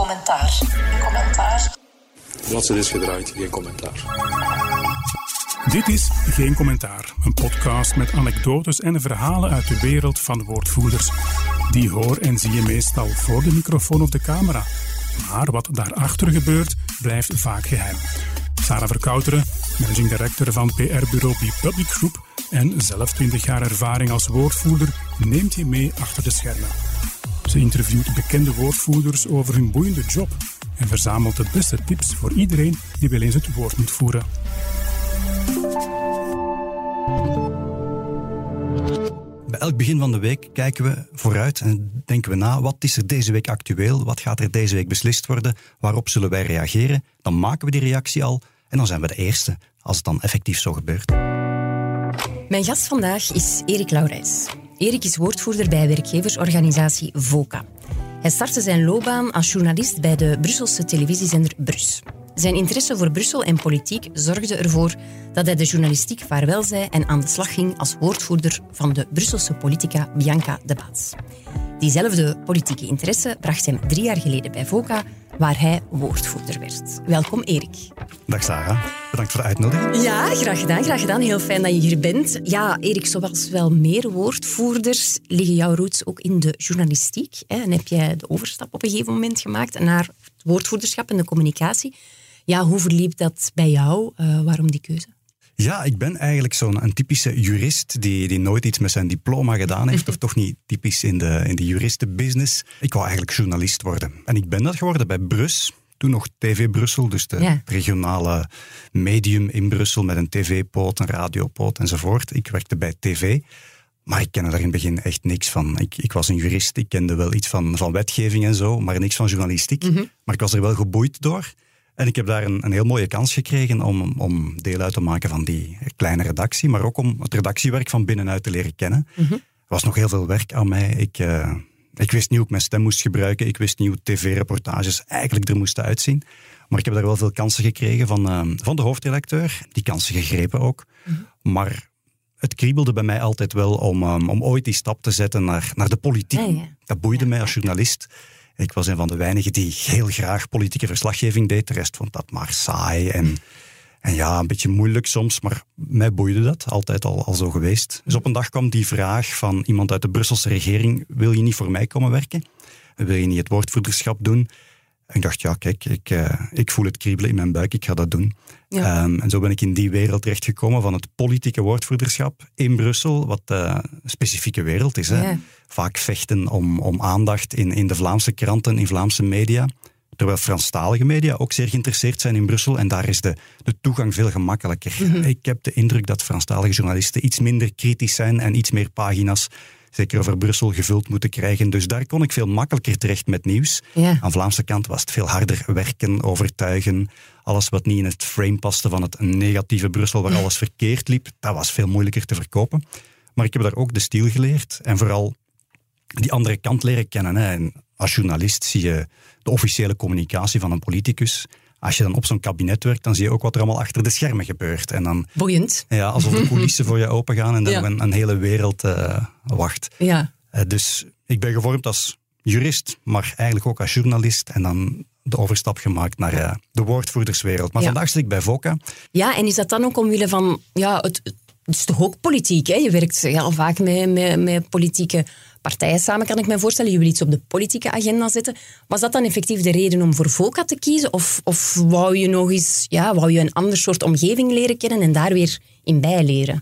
commentaar. Bladzijde is gedraaid, geen commentaar. Dit is Geen Commentaar, een podcast met anekdotes en verhalen uit de wereld van woordvoerders. Die hoor en zie je meestal voor de microfoon of de camera. Maar wat daarachter gebeurt, blijft vaak geheim. Sarah Verkouteren, managing director van PR-bureau Public Group en zelf 20 jaar ervaring als woordvoerder, neemt je mee achter de schermen. Ze interviewt bekende woordvoerders over hun boeiende job en verzamelt de beste tips voor iedereen die wel eens het woord moet voeren. Bij elk begin van de week kijken we vooruit en denken we na, wat is er deze week actueel? Wat gaat er deze week beslist worden? Waarop zullen wij reageren? Dan maken we die reactie al en dan zijn we de eerste, als het dan effectief zo gebeurt. Mijn gast vandaag is Erik Laurijs. Erik is woordvoerder bij werkgeversorganisatie VOCA. Hij startte zijn loopbaan als journalist bij de Brusselse televisiezender Brus. Zijn interesse voor Brussel en politiek zorgde ervoor dat hij de journalistiek vaarwel zei en aan de slag ging als woordvoerder van de Brusselse politica Bianca de Baets. Diezelfde politieke interesse bracht hem 3 jaar geleden bij VOCA, waar hij woordvoerder werd. Welkom, Erik. Dag Sarah, bedankt voor de uitnodiging. Ja, graag gedaan. Heel fijn dat je hier bent. Ja, Erik, zoals wel meer woordvoerders liggen jouw roots ook in de journalistiek. En heb jij de overstap op een gegeven moment gemaakt naar het woordvoerderschap en de communicatie. Ja, hoe verliep dat bij jou? Waarom die keuze? Ja, ik ben eigenlijk zo'n typische jurist die nooit iets met zijn diploma gedaan heeft, of toch niet typisch in de juristenbusiness. Ik wou eigenlijk journalist worden. En ik ben dat geworden bij Brus. Toen nog TV Brussel, dus de regionale medium in Brussel met een tv-poot, een radiopoot enzovoort. Ik werkte bij tv, maar ik kende daar in het begin echt niks van. Ik was een jurist, ik kende wel iets van wetgeving en zo, maar niks van journalistiek. Mm-hmm. Maar ik was er wel geboeid door. En ik heb daar een heel mooie kans gekregen om deel uit te maken van die kleine redactie, maar ook om het redactiewerk van binnenuit te leren kennen. Mm-hmm. Er was nog heel veel werk aan mij. Ik wist niet hoe ik mijn stem moest gebruiken. Ik wist niet hoe tv-reportages eigenlijk er moesten uitzien. Maar ik heb daar wel veel kansen gekregen van de hoofdredacteur. Die kansen gegrepen ook. Mm-hmm. Maar het kriebelde bij mij altijd wel om ooit die stap te zetten naar de politiek. Ja. Dat boeide mij als journalist. Ik was een van de weinigen die heel graag politieke verslaggeving deed. De rest vond dat maar saai en ja, een beetje moeilijk soms. Maar mij boeide dat, altijd al zo geweest. Dus op een dag kwam die vraag van iemand uit de Brusselse regering: wil je niet voor mij komen werken? Wil je niet het woordvoerderschap doen? En ik dacht, ja kijk, ik voel het kriebelen in mijn buik, ik ga dat doen. Ja. En zo ben ik in die wereld terechtgekomen van het politieke woordvoerderschap in Brussel, wat een specifieke wereld is. Hè? Ja. Vaak vechten om aandacht in de Vlaamse kranten, in Vlaamse media. Terwijl Franstalige media ook zeer geïnteresseerd zijn in Brussel en daar is de toegang veel gemakkelijker. Mm-hmm. Ik heb de indruk dat Franstalige journalisten iets minder kritisch zijn en iets meer pagina's, zeker over Brussel, gevuld moeten krijgen. Dus daar kon ik veel makkelijker terecht met nieuws. Ja. Aan de Vlaamse kant was het veel harder werken, overtuigen. Alles wat niet in het frame paste van het negatieve Brussel, waar alles verkeerd liep, dat was veel moeilijker te verkopen. Maar ik heb daar ook de stijl geleerd en vooral die andere kant leren kennen. Hè. En als journalist zie je de officiële communicatie van een politicus. Als je dan op zo'n kabinet werkt, dan zie je ook wat er allemaal achter de schermen gebeurt. En dan, boeiend. Ja, alsof de coulissen voor je open gaan en dan een hele wereld wacht. Ja. Dus ik ben gevormd als jurist, maar eigenlijk ook als journalist. En dan de overstap gemaakt naar de woordvoerderswereld. Maar vandaag zit ik bij VOCA. Ja, en is dat dan ook omwille van het is toch ook politiek, hè? Je werkt heel vaak met politieke partijen samen, kan ik me voorstellen. Je wil iets op de politieke agenda zetten. Was dat dan effectief de reden om voor VOCA te kiezen? Of wou je nog eens wou je een ander soort omgeving leren kennen en daar weer in bijleren?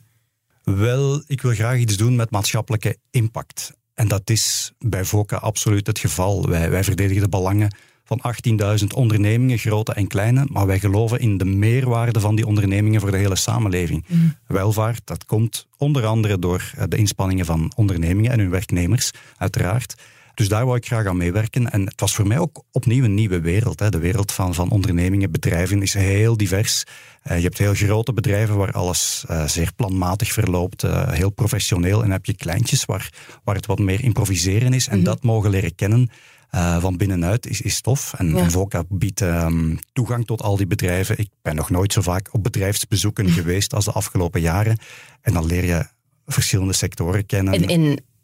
Wel, ik wil graag iets doen met maatschappelijke impact. En dat is bij VOCA absoluut het geval. Wij verdedigen de belangen van 18.000 ondernemingen, grote en kleine, maar wij geloven in de meerwaarde van die ondernemingen voor de hele samenleving. Mm. Welvaart, dat komt onder andere door de inspanningen van ondernemingen en hun werknemers, uiteraard. Dus daar wou ik graag aan meewerken. En het was voor mij ook opnieuw een nieuwe wereld. Hè. De wereld van ondernemingen, bedrijven is heel divers. Je hebt heel grote bedrijven waar alles zeer planmatig verloopt, heel professioneel. En dan heb je kleintjes waar het wat meer improviseren is. En dat mogen leren kennen van binnenuit is tof. En VOCA biedt toegang tot al die bedrijven. Ik ben nog nooit zo vaak op bedrijfsbezoeken geweest als de afgelopen jaren. En dan leer je verschillende sectoren kennen. En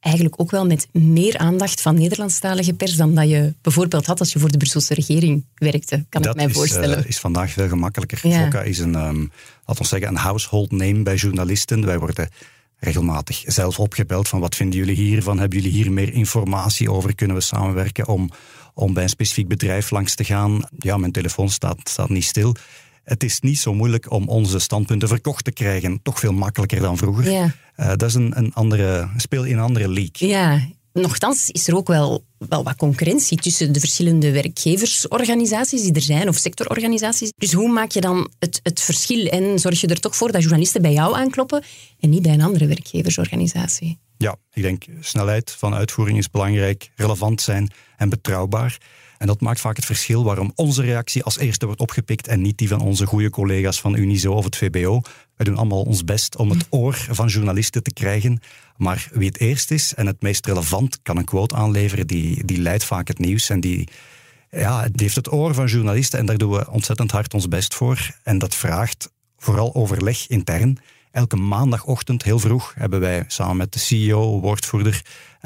eigenlijk ook wel met meer aandacht van Nederlandstalige pers dan dat je bijvoorbeeld had als je voor de Brusselse regering werkte, kan ik mij voorstellen. Dat is vandaag veel gemakkelijker. Ja. VOCA is een household name bij journalisten. Wij worden regelmatig zelf opgebeld van wat vinden jullie hiervan? Hebben jullie hier meer informatie over? Kunnen we samenwerken om bij een specifiek bedrijf langs te gaan? Ja, mijn telefoon staat niet stil. Het is niet zo moeilijk om onze standpunten verkocht te krijgen. Toch veel makkelijker dan vroeger. Ja. Dat is speel in een andere league. Ja, nochtans is er ook wel wat concurrentie tussen de verschillende werkgeversorganisaties die er zijn, of sectororganisaties. Dus hoe maak je dan het verschil en zorg je er toch voor dat journalisten bij jou aankloppen en niet bij een andere werkgeversorganisatie? Ja, ik denk snelheid van uitvoering is belangrijk, relevant zijn en betrouwbaar. En dat maakt vaak het verschil waarom onze reactie als eerste wordt opgepikt en niet die van onze goede collega's van Unizo of het VBO. Wij doen allemaal ons best om het oor van journalisten te krijgen. Maar wie het eerst is en het meest relevant kan een quote aanleveren, die leidt vaak het nieuws. En die heeft het oor van journalisten en daar doen we ontzettend hard ons best voor. En dat vraagt vooral overleg intern. Elke maandagochtend heel vroeg hebben wij samen met de CEO, woordvoerder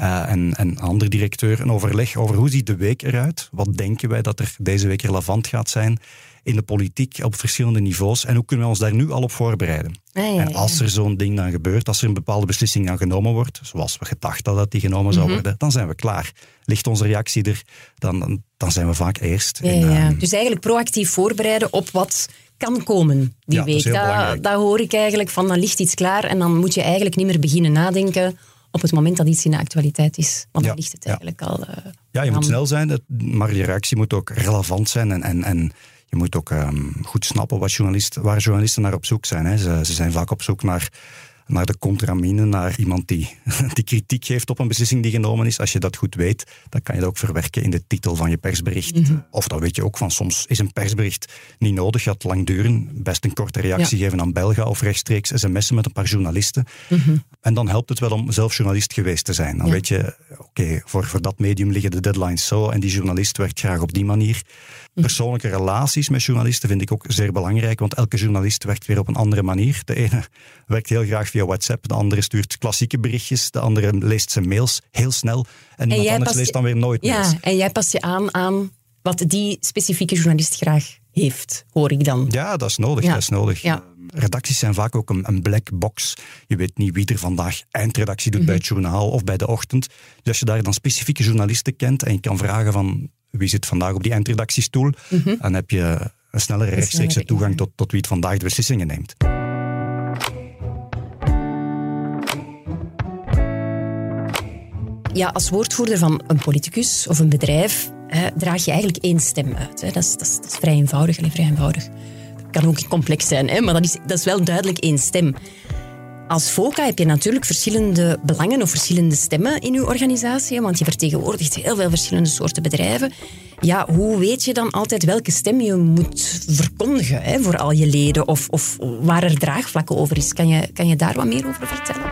en een andere directeur een overleg over hoe ziet de week eruit. Wat denken wij dat er deze week relevant gaat zijn in de politiek op verschillende niveaus en hoe kunnen we ons daar nu al op voorbereiden. En als er zo'n ding dan gebeurt, als er een bepaalde beslissing dan genomen wordt, zoals we gedacht hadden dat die genomen zou worden, dan zijn we klaar. Ligt onze reactie er, dan zijn we vaak eerst. Dus eigenlijk proactief voorbereiden op wat kan komen die week. Dat hoor ik eigenlijk van, dan ligt iets klaar en dan moet je eigenlijk niet meer beginnen nadenken op het moment dat iets in de actualiteit is. Want dan ligt het eigenlijk al... je moet snel zijn, maar je reactie moet ook relevant zijn en je moet ook goed snappen waar journalisten naar op zoek zijn. Hè. Ze zijn vaak op zoek naar de contramine, naar iemand die kritiek geeft op een beslissing die genomen is. Als je dat goed weet, dan kan je dat ook verwerken in de titel van je persbericht. Of dan weet je ook van, soms is een persbericht niet nodig, gaat lang duren. Best een korte reactie geven aan Belga of rechtstreeks sms'en met een paar journalisten. En dan helpt het wel om zelf journalist geweest te zijn. Dan weet je, oké, voor dat medium liggen de deadlines zo en die journalist werkt graag op die manier. Persoonlijke relaties met journalisten vind ik ook zeer belangrijk, want elke journalist werkt weer op een andere manier. De ene werkt heel graag via WhatsApp, de andere stuurt klassieke berichtjes, de andere leest zijn mails heel snel en iemand anders leest dan weer nooit mails. Ja, en jij past je aan wat die specifieke journalist graag heeft, hoor ik dan. Ja, dat is nodig. Ja. Redacties zijn vaak ook een black box. Je weet niet wie er vandaag eindredactie doet bij het journaal of bij de ochtend. Dus als je daar dan specifieke journalisten kent en je kan vragen van wie zit vandaag op die eindredactiestoel, dan heb je een snellere rechtstreekse toegang tot wie het vandaag de beslissingen neemt. Ja, als woordvoerder van een politicus of een bedrijf draag je eigenlijk één stem uit. Hè. Dat is vrij eenvoudig. Dat kan ook complex zijn, hè, maar dat is wel duidelijk één stem. Als VOCA heb je natuurlijk verschillende belangen of verschillende stemmen in je organisatie, want je vertegenwoordigt heel veel verschillende soorten bedrijven. Ja, hoe weet je dan altijd welke stem je moet verkondigen voor al je leden of waar er draagvlakken over is? Kan je daar wat meer over vertellen?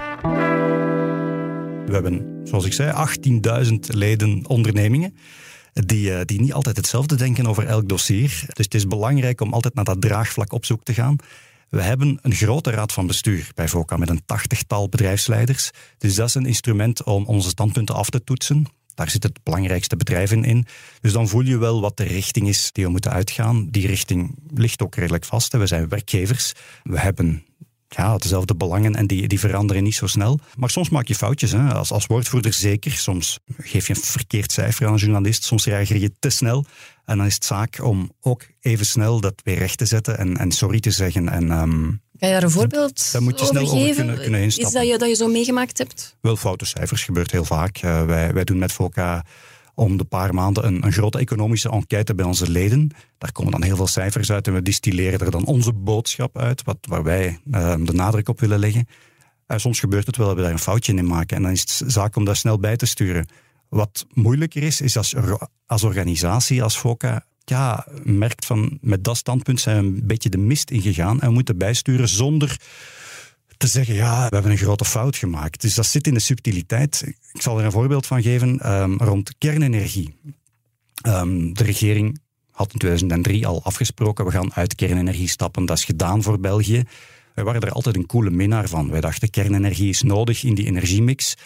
We hebben, zoals ik zei, 18.000 leden ondernemingen die niet altijd hetzelfde denken over elk dossier. Dus het is belangrijk om altijd naar dat draagvlak op zoek te gaan. We hebben een grote raad van bestuur bij VOCA met een 80-tal bedrijfsleiders. Dus dat is een instrument om onze standpunten af te toetsen. Daar zit het belangrijkste bedrijf in. Dus dan voel je wel wat de richting is die we moeten uitgaan. Die richting ligt ook redelijk vast. We zijn werkgevers. We hebben dezelfde belangen en die veranderen niet zo snel. Maar soms maak je foutjes. Hè. Als woordvoerder zeker. Soms geef je een verkeerd cijfer aan een journalist. Soms reageer je te snel. En dan is het zaak om ook even snel dat weer recht te zetten en sorry te zeggen. Kan je daar een voorbeeld daar moet je snel over kunnen instappen. Is dat je zo meegemaakt hebt? Wel, foute cijfers gebeurt heel vaak. Wij doen met VOCA om de paar maanden een grote economische enquête bij onze leden. Daar komen dan heel veel cijfers uit en we distilleren er dan onze boodschap uit, waar wij de nadruk op willen leggen. Soms gebeurt het wel dat we daar een foutje in maken en dan is het zaak om dat snel bij te sturen. Wat moeilijker is als organisatie, als VOCA, merkt van met dat standpunt zijn we een beetje de mist ingegaan en we moeten bijsturen zonder te zeggen, we hebben een grote fout gemaakt. Dus dat zit in de subtiliteit. Ik zal er een voorbeeld van geven rond kernenergie. De regering had in 2003 al afgesproken, we gaan uit kernenergie stappen. Dat is gedaan voor België. Wij waren er altijd een coole minnaar van. Wij dachten, kernenergie is nodig in die energiemix.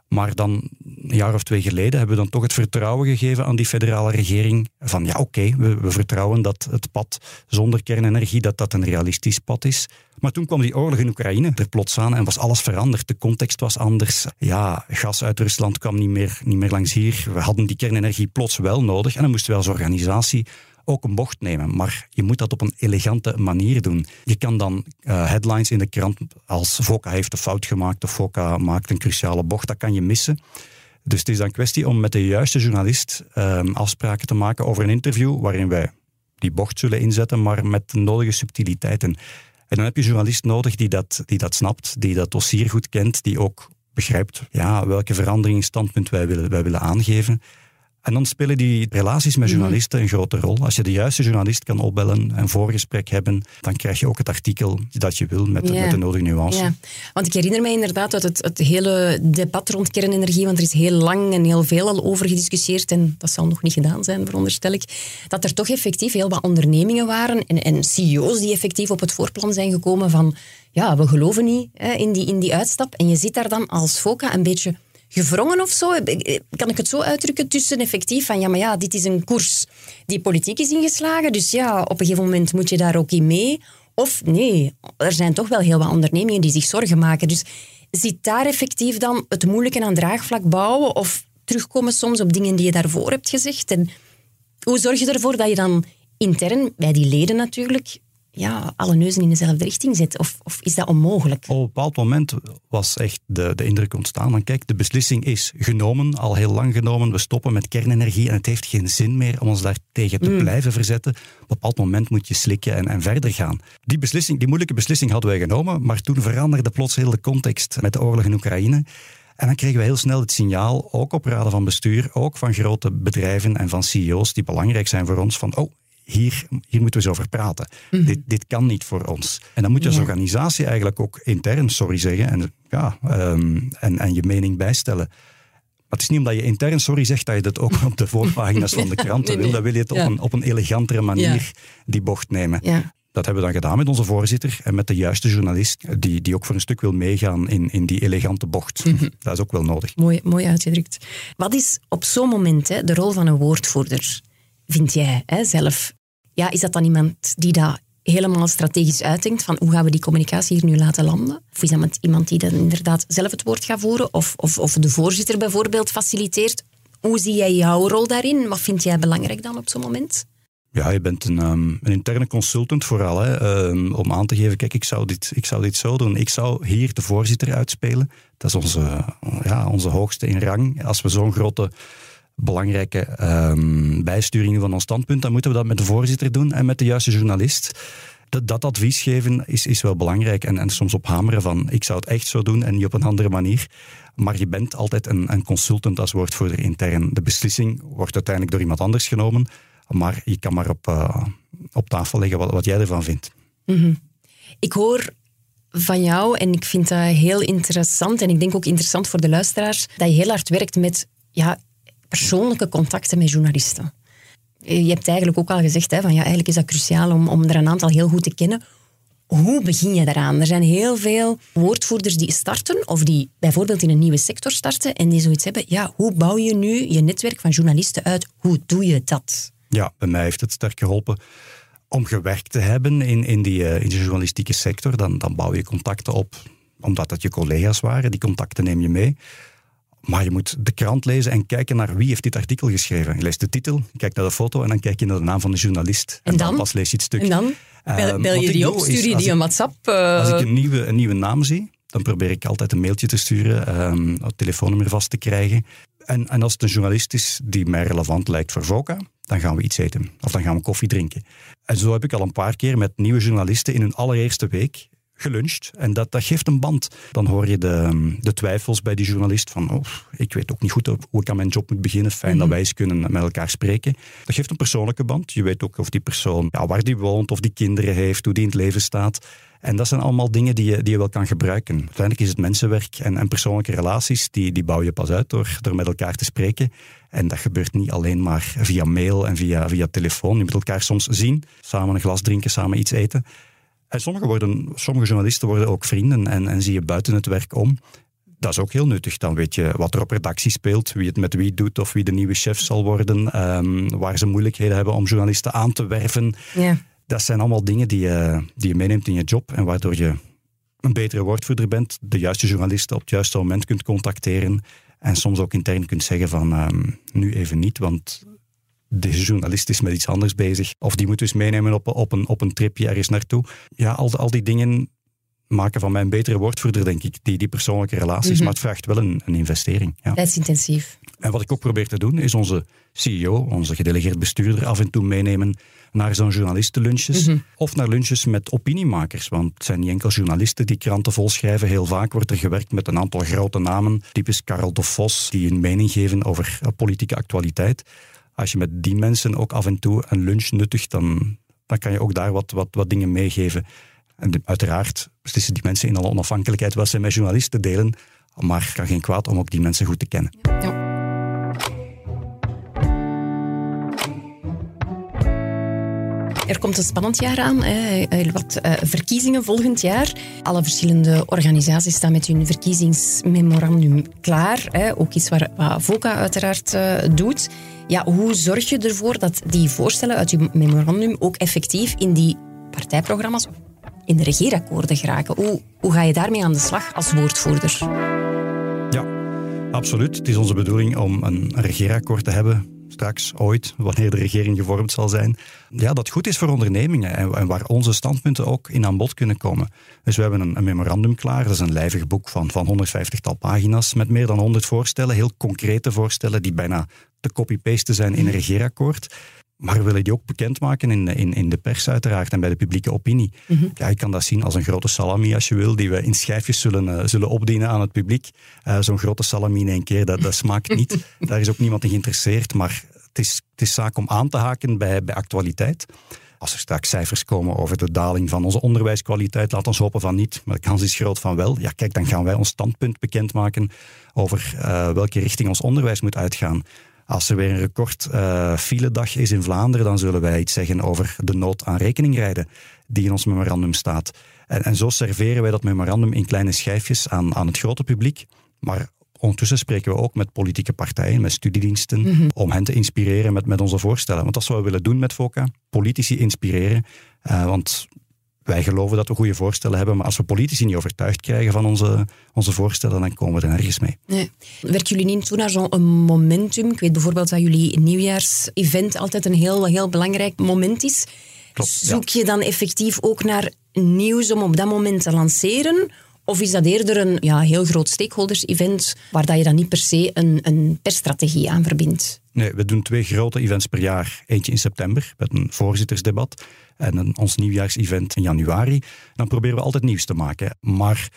Maar dan, een jaar of 2 geleden, hebben we dan toch het vertrouwen gegeven aan die federale regering van ja, oké, we vertrouwen dat het pad zonder kernenergie, dat een realistisch pad is. Maar toen kwam die oorlog in Oekraïne er plots aan en was alles veranderd. De context was anders. Ja, gas uit Rusland kwam niet meer langs hier. We hadden die kernenergie plots wel nodig en dan moesten we als organisatie ook een bocht nemen. Maar je moet dat op een elegante manier doen. Je kan dan headlines in de krant als VOCA heeft een fout gemaakt of VOCA maakt een cruciale bocht, dat kan je missen. Dus het is dan kwestie om met de juiste journalist afspraken te maken over een interview waarin wij die bocht zullen inzetten, maar met de nodige subtiliteiten. En dan heb je een journalist nodig die dat snapt, die dat dossier goed kent, die ook begrijpt welke veranderingsstandpunt wij willen aangeven. En dan spelen die relaties met journalisten een grote rol. Als je de juiste journalist kan opbellen, een voorgesprek hebben, dan krijg je ook het artikel dat je wil met de nodige nuance. Ja. Want ik herinner mij inderdaad dat het hele debat rond kernenergie, want er is heel lang en heel veel al over gediscussieerd, en dat zal nog niet gedaan zijn, veronderstel ik, dat er toch effectief heel wat ondernemingen waren en CEO's die effectief op het voorplan zijn gekomen van ja, we geloven niet in die uitstap. En je zit daar dan als VOCA een beetje gevrongen of zo, kan ik het zo uitdrukken, tussen effectief van ja, maar dit is een koers die politiek is ingeslagen, dus ja, op een gegeven moment moet je daar ook in mee. Of nee, er zijn toch wel heel wat ondernemingen die zich zorgen maken. Dus zit daar effectief dan het moeilijke aan draagvlak bouwen of terugkomen soms op dingen die je daarvoor hebt gezegd? En hoe zorg je ervoor dat je dan intern, bij die leden natuurlijk, alle neuzen in dezelfde richting zet? Of is dat onmogelijk? Op een bepaald moment was echt de indruk ontstaan van kijk, de beslissing is genomen, al heel lang genomen, we stoppen met kernenergie en het heeft geen zin meer om ons daar tegen te blijven verzetten. Op een bepaald moment moet je slikken en verder gaan. Die moeilijke beslissing hadden wij genomen, maar toen veranderde plots heel de context met de oorlog in Oekraïne. En dan kregen we heel snel het signaal, ook op raden van bestuur, ook van grote bedrijven en van CEO's die belangrijk zijn voor ons, van hier moeten we eens over praten. Dit kan niet voor ons. En dan moet je als organisatie eigenlijk ook intern sorry zeggen en je mening bijstellen. Maar het is niet omdat je intern sorry zegt dat je dat ook op de voorpagina's van de kranten wil. Dan wil je het op een elegantere manier die bocht nemen. Ja. Dat hebben we dan gedaan met onze voorzitter en met de juiste journalist die ook voor een stuk wil meegaan in die elegante bocht. Dat is ook wel nodig. Mooi uitgedrukt. Wat is op zo'n moment de rol van een woordvoerder? Vind jij zelf? Ja, is dat dan iemand die dat helemaal strategisch uitdenkt van hoe gaan we die communicatie hier nu laten landen? Of is dat iemand die dan inderdaad zelf het woord gaat voeren? Of de voorzitter bijvoorbeeld faciliteert? Hoe zie jij jouw rol daarin? Wat vind jij belangrijk dan op zo'n moment? Ja, je bent een interne consultant vooral. Om aan te geven, kijk, ik zou dit zo doen. Ik zou hier de voorzitter uitspelen. Dat is onze hoogste in rang. Als we zo'n grote belangrijke bijsturingen van ons standpunt, dan moeten we dat met de voorzitter doen en met de juiste journalist. Dat advies geven is wel belangrijk en soms ophameren van ik zou het echt zo doen en niet op een andere manier. Maar je bent altijd een consultant als woordvoerder intern. De beslissing wordt uiteindelijk door iemand anders genomen, maar je kan maar op tafel leggen wat jij ervan vindt. Mm-hmm. Ik hoor van jou, en ik vind dat heel interessant en ik denk ook interessant voor de luisteraars, dat je heel hard werkt met persoonlijke contacten met journalisten. Je hebt eigenlijk ook al gezegd, van eigenlijk is dat cruciaal om er een aantal heel goed te kennen. Hoe begin je daaraan? Er zijn heel veel woordvoerders die starten of die bijvoorbeeld in een nieuwe sector starten en die zoiets hebben, hoe bouw je nu je netwerk van journalisten uit? Hoe doe je dat? Ja, bij mij heeft het sterk geholpen om gewerkt te hebben in de journalistieke sector. Dan bouw je contacten op, omdat dat je collega's waren. Die contacten neem je mee. Maar je moet de krant lezen en kijken naar wie heeft dit artikel geschreven. Je leest de titel, je kijkt naar de foto en dan kijk je naar de naam van de journalist. En dan pas lees je het stuk. En dan? Bel je die op? Stuur je die een WhatsApp? Als ik een nieuwe naam zie, dan probeer ik altijd een mailtje te sturen, het telefoonnummer vast te krijgen. En als het een journalist is die mij relevant lijkt voor VOCA, dan gaan we iets eten. Of dan gaan we koffie drinken. En zo heb ik al een paar keer met nieuwe journalisten in hun allereerste week geluncht. En dat geeft een band. Dan hoor je de twijfels bij die journalist van ik weet ook niet goed hoe ik aan mijn job moet beginnen. Fijn dat wij eens kunnen met elkaar spreken. Dat geeft een persoonlijke band. Je weet ook of die persoon waar die woont, of die kinderen heeft, hoe die in het leven staat. En dat zijn allemaal dingen die je wel kan gebruiken. Uiteindelijk is het mensenwerk en persoonlijke relaties, die bouw je pas uit door met elkaar te spreken. En dat gebeurt niet alleen maar via mail en via telefoon. Je moet elkaar soms zien, samen een glas drinken, samen iets eten. En sommige journalisten worden ook vrienden en zie je buiten het werk om. Dat is ook heel nuttig. Dan weet je wat er op redactie speelt, wie het met wie doet of wie de nieuwe chef zal worden, waar ze moeilijkheden hebben om journalisten aan te werven. Ja. Dat zijn allemaal dingen die je meeneemt in je job en waardoor je een betere woordvoerder bent, de juiste journalisten op het juiste moment kunt contacteren en soms ook intern kunt zeggen van nu even niet, want deze journalist is met iets anders bezig. Of die moet dus meenemen op een tripje ergens naartoe. Ja, al die dingen maken van mij een betere woordvoerder, denk ik. Die persoonlijke relaties, maar het vraagt wel een investering. Ja. Dat is intensief. En wat ik ook probeer te doen, is onze CEO, onze gedelegeerd bestuurder, af en toe meenemen naar zo'n journalistenlunches. Of naar lunches met opiniemakers. Want het zijn niet enkel journalisten die kranten volschrijven. Heel vaak wordt er gewerkt met een aantal grote namen. Typisch Karel de Vos, die hun mening geven over politieke actualiteit. Als je met die mensen ook af en toe een lunch nuttigt, dan kan je ook daar wat dingen meegeven. En uiteraard beslissen die mensen in alle onafhankelijkheid wat ze met journalisten delen, maar het kan geen kwaad om ook die mensen goed te kennen. Ja. Er komt een spannend jaar aan, wat verkiezingen volgend jaar. Alle verschillende organisaties staan met hun verkiezingsmemorandum klaar. Ook iets wat VOCA uiteraard doet. Ja, hoe zorg je ervoor dat die voorstellen uit uw memorandum ook effectief in die partijprogramma's, in de regeerakkoorden geraken? Hoe ga je daarmee aan de slag als woordvoerder? Ja, absoluut. Het is onze bedoeling om een regeerakkoord te hebben, straks, ooit, wanneer de regering gevormd zal zijn. Ja, dat goed is voor ondernemingen en waar onze standpunten ook in aan bod kunnen komen. Dus we hebben een memorandum klaar. Dat is een lijvig boek van 150-tal pagina's met meer dan 100 voorstellen, heel concrete voorstellen die bijna te copy-pasten zijn in een regeerakkoord. Maar we willen die ook bekendmaken in de pers uiteraard en bij de publieke opinie. Ja, je kan dat zien als een grote salami als je wil, die we in schijfjes zullen opdienen aan het publiek. Zo'n grote salami in één keer, dat smaakt niet. Daar is ook niemand in geïnteresseerd, maar het is zaak om aan te haken bij actualiteit. Als er straks cijfers komen over de daling van onze onderwijskwaliteit, laat ons hopen van niet, maar de kans is groot van wel. Ja, kijk, dan gaan wij ons standpunt bekendmaken over welke richting ons onderwijs moet uitgaan. Als er weer een record filedag is in Vlaanderen, dan zullen wij iets zeggen over de nood aan rekeningrijden die in ons memorandum staat. En zo serveren wij dat memorandum in kleine schijfjes aan het grote publiek. Maar ondertussen spreken we ook met politieke partijen, met studiediensten, om hen te inspireren met onze voorstellen. Want dat is wat we willen doen met VOCA, politici inspireren. Want wij geloven dat we goede voorstellen hebben, maar als we politici niet overtuigd krijgen van onze voorstellen, dan komen we er nergens mee. Nee. Werken jullie niet toe naar zo'n momentum? Ik weet bijvoorbeeld dat jullie nieuwjaarsevent altijd een heel belangrijk moment is. Klopt, zoek je dan effectief ook naar nieuws om op dat moment te lanceren? Of is dat eerder een heel groot stakeholders-event waar dat je dan niet per se een persstrategie aan verbindt? Nee, we doen 2 grote events per jaar. Eentje in september met een voorzittersdebat en ons nieuwjaarsevent in januari. Dan proberen we altijd nieuws te maken. Maar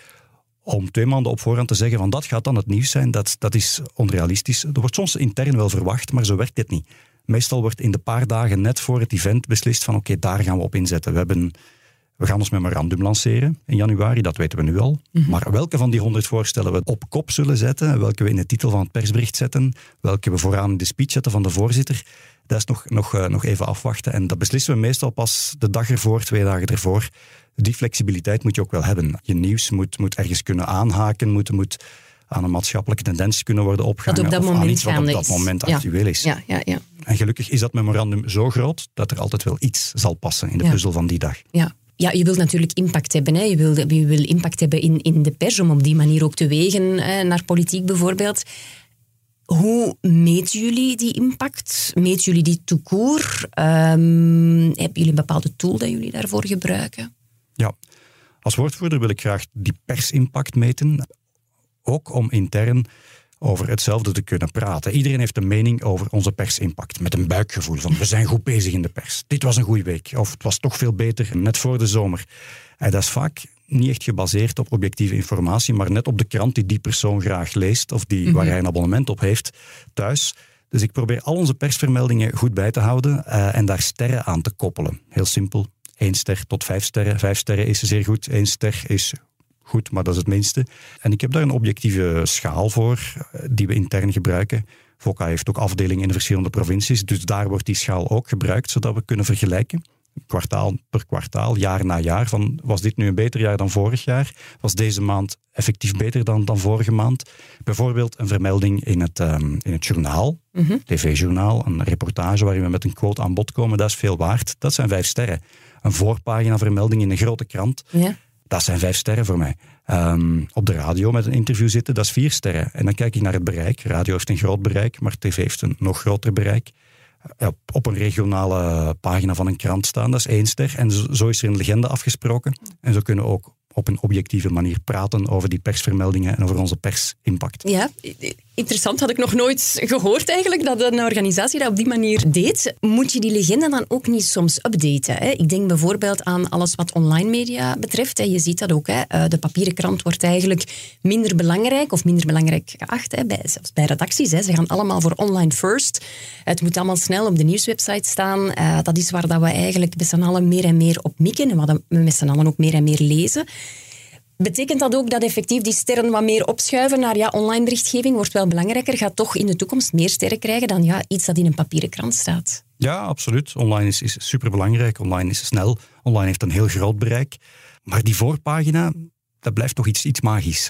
om 2 maanden op voorhand te zeggen van dat gaat dan het nieuws zijn, dat is onrealistisch. Er wordt soms intern wel verwacht, maar zo werkt dit niet. Meestal wordt in de paar dagen net voor het event beslist van oké, daar gaan we op inzetten. We gaan ons memorandum lanceren in januari, dat weten we nu al. Maar welke van die 100 voorstellen we op kop zullen zetten, welke we in de titel van het persbericht zetten, welke we vooraan in de speech zetten van de voorzitter, dat is nog even afwachten. En dat beslissen we meestal pas de dag ervoor, 2 dagen ervoor. Die flexibiliteit moet je ook wel hebben. Je nieuws moet ergens kunnen aanhaken, moet aan een maatschappelijke tendens kunnen worden opgehangen. Wat op dat moment wat op dat moment actueel is. Ja. En gelukkig is dat memorandum zo groot dat er altijd wel iets zal passen in de puzzel van die dag. Ja, je wilt natuurlijk impact hebben. Hè. Je wil impact hebben in de pers, om op die manier ook te wegen naar politiek bijvoorbeeld. Hoe meten jullie die impact? Meten jullie die tout court? Hebben jullie een bepaalde tool dat jullie daarvoor gebruiken? Ja, als woordvoerder wil ik graag die persimpact meten. Ook om intern over hetzelfde te kunnen praten. Iedereen heeft een mening over onze persimpact. Met een buikgevoel van we zijn goed bezig in de pers. Dit was een goede week. Of het was toch veel beter net voor de zomer. En dat is vaak niet echt gebaseerd op objectieve informatie, maar net op de krant die persoon graag leest of waar hij een abonnement op heeft thuis. Dus ik probeer al onze persvermeldingen goed bij te houden en daar sterren aan te koppelen. Heel simpel. 1 ster tot 5 sterren. 5 sterren is zeer goed. 1 ster is goed, maar dat is het minste. En ik heb daar een objectieve schaal voor, die we intern gebruiken. VOCA heeft ook afdelingen in de verschillende provincies, dus daar wordt die schaal ook gebruikt, zodat we kunnen vergelijken. kwartaal per kwartaal, jaar na jaar, van was dit nu een beter jaar dan vorig jaar? Was deze maand effectief beter dan vorige maand? Bijvoorbeeld een vermelding in het journaal, tv-journaal, een reportage waarin we met een quote aan bod komen, dat is veel waard. Dat zijn 5 sterren. Een voorpagina vermelding in een grote krant, dat zijn 5 sterren voor mij. Op de radio met een interview zitten, dat is 4 sterren. En dan kijk ik naar het bereik. Radio heeft een groot bereik, maar tv heeft een nog groter bereik. Op een regionale pagina van een krant staan, dat is 1 ster. En zo is er een legende afgesproken. En zo kunnen we ook op een objectieve manier praten over die persvermeldingen en over onze persimpact. Ja, interessant. Had ik nog nooit gehoord eigenlijk, dat een organisatie dat op die manier deed. Moet je die legende dan ook niet soms updaten? Hè? Ik denk bijvoorbeeld aan alles wat online media betreft. Hè. Je ziet dat ook. Hè. De papieren krant wordt eigenlijk minder belangrijk of minder belangrijk geacht. Hè. Zelfs bij redacties. Hè. Ze gaan allemaal voor online first. Het moet allemaal snel op de nieuwswebsite staan. Dat is waar dat we eigenlijk met z'n allen meer en meer op mikken en wat we met z'n allen ook meer en meer lezen. Betekent dat ook dat effectief die sterren wat meer opschuiven naar online berichtgeving wordt wel belangrijker, gaat toch in de toekomst meer sterren krijgen dan iets dat in een papieren krant staat? Ja, absoluut. Online is superbelangrijk. Online is snel. Online heeft een heel groot bereik. Maar die voorpagina, dat blijft toch iets magisch.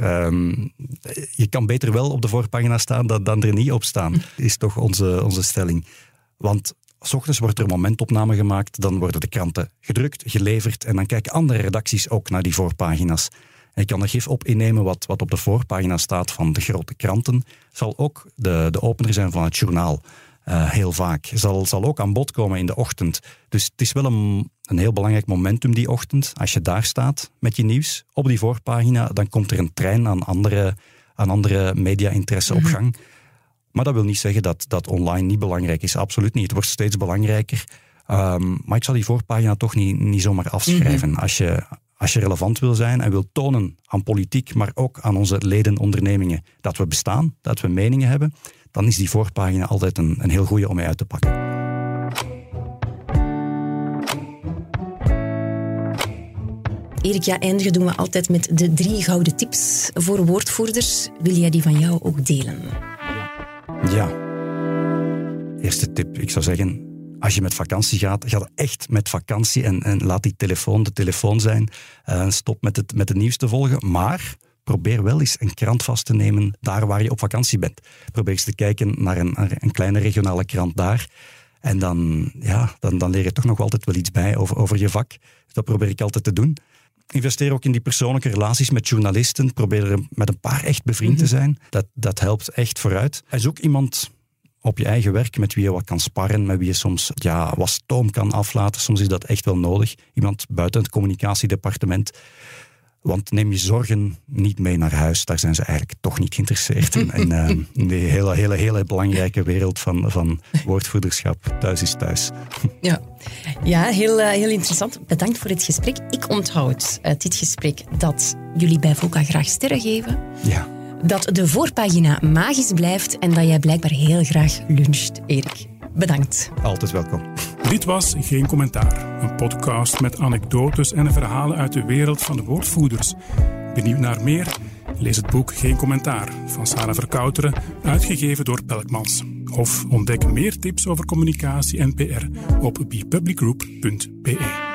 Je kan beter wel op de voorpagina staan dan er niet op staan, is toch onze stelling. Want 's ochtends wordt er een momentopname gemaakt, dan worden de kranten gedrukt, geleverd en dan kijken andere redacties ook naar die voorpagina's. En je kan er gif op innemen wat op de voorpagina staat van de grote kranten, zal ook de opener zijn van het journaal. Heel vaak. Zal ook aan bod komen in de ochtend. Dus het is wel een heel belangrijk momentum die ochtend. Als je daar staat met je nieuws op die voorpagina, dan komt er een trein aan andere media-interesse op gang. Maar dat wil niet zeggen dat online niet belangrijk is. Absoluut niet. Het wordt steeds belangrijker. Maar ik zal die voorpagina toch niet zomaar afschrijven. Als je relevant wil zijn en wil tonen aan politiek, maar ook aan onze ledenondernemingen, dat we bestaan, dat we meningen hebben, dan is die voorpagina altijd een heel goede om mee uit te pakken. Erik, eindigen doen we altijd met de 3 gouden tips voor woordvoerders. Wil jij die van jou ook delen? Ja. Eerste tip, ik zou zeggen, als je met vakantie gaat, ga echt met vakantie en laat die telefoon de telefoon zijn. Stop met het nieuws te volgen, maar probeer wel eens een krant vast te nemen daar waar je op vakantie bent. Probeer eens te kijken naar een kleine regionale krant daar. En dan leer je toch nog altijd wel iets bij over je vak. Dus dat probeer ik altijd te doen. Investeer ook in die persoonlijke relaties met journalisten. Probeer er met een paar echt bevriend te zijn. Dat helpt echt vooruit. En zoek iemand op je eigen werk met wie je wat kan sparren, met wie je soms wat stoom kan aflaten. Soms is dat echt wel nodig. Iemand buiten het communicatiedepartement. Want neem je zorgen niet mee naar huis. Daar zijn ze eigenlijk toch niet geïnteresseerd in. En in die hele belangrijke wereld van woordvoerderschap. Thuis is thuis. Ja, heel interessant. Bedankt voor het gesprek. Ik onthoud uit dit gesprek dat jullie bij VOCA graag sterren geven. Ja. Dat de voorpagina magisch blijft en dat jij blijkbaar heel graag luncht, Erik. Bedankt. Altijd welkom. Dit was Geen Commentaar, een podcast met anekdotes en verhalen uit de wereld van de woordvoerders. Benieuwd naar meer? Lees het boek Geen Commentaar van Sarah Verkouteren, uitgegeven door Pelkmans. Of ontdek meer tips over communicatie en PR op bepublicgroup.be.